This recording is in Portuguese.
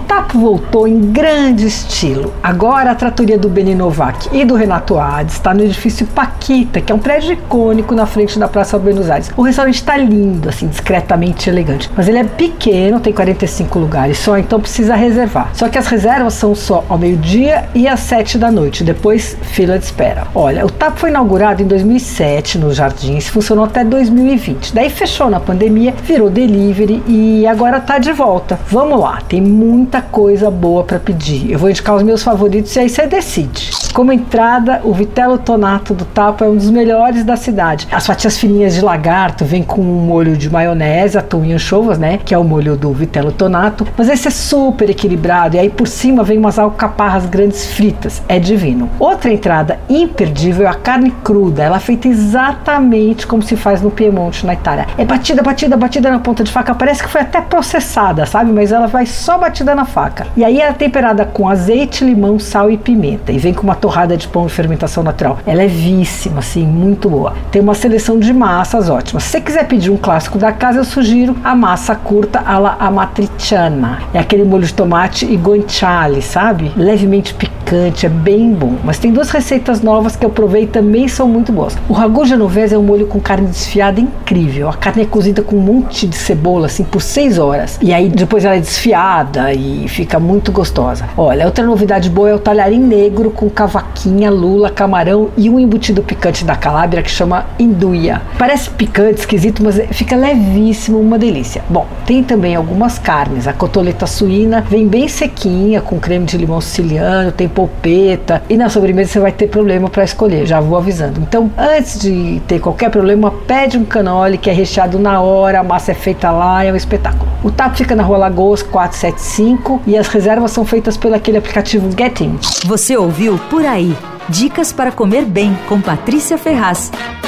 Tapo voltou em grande estilo. Agora a tratoria do Beni Novak e do Renato Hades está no edifício Paquita, que é um prédio icônico na frente da Praça Buenos Aires. O restaurante está lindo, assim, discretamente elegante, mas ele é pequeno, tem 45 lugares só, então precisa reservar. Só que as reservas são só ao meio-dia e às 7 da noite, depois fila de espera. Olha, o Tapo foi inaugurado em 2007 nos Jardins, funcionou até 2020, daí fechou na pandemia, virou delivery e agora tá de volta. Vamos lá, tem muita coisa boa para pedir. Eu vou indicar os meus favoritos e aí você decide. Como entrada, o Vitello Tonato do Tapo é um dos melhores da cidade. As fatias fininhas de lagarto vêm com um molho de maionese, atum e anchovas, né? Que é o molho do Vitello Tonato. Mas esse é super equilibrado e aí por cima vem umas alcaparras grandes fritas. É divino. Outra entrada imperdível é a carne cruda. Ela é feita exatamente como se faz no Piemonte, na Itália. É batida na ponta de faca. Parece que foi até processada, sabe? Mas ela vai só batida na faca. E aí é temperada com azeite, limão, sal e pimenta. E vem com uma torrada de pão de fermentação natural. É levíssima, assim, muito boa. Tem uma seleção de massas ótimas. Se você quiser pedir um clássico da casa, eu sugiro a massa curta alla amatriciana. É aquele molho de tomate e guanciale, sabe? Levemente picante, é bem bom. Mas tem duas receitas novas que eu provei e também são muito boas. O ragu genovese é um molho com carne desfiada incrível. A carne é cozida com um monte de cebola, assim, por 6 horas. E aí depois ela é desfiada e fica muito gostosa. Olha, outra novidade boa é o talharim negro com cavaquinha, lula, camarão e um embutido picante da Calábria que chama induia. Parece picante, esquisito, mas fica levíssimo, uma delícia. Bom, tem também algumas carnes. A cotoleta suína vem bem sequinha, com creme de limão siciliano, tem polpeta. E na sobremesa você vai ter problema para escolher, já vou avisando. Então, antes de ter qualquer problema, pede um cannoli que é recheado na hora, a massa é feita lá, é um espetáculo. O Tapo fica na Rua Lagoas 475 e as reservas são feitas pelo aquele aplicativo Getin. Você ouviu Por Aí. Dicas para comer bem com Patrícia Ferraz.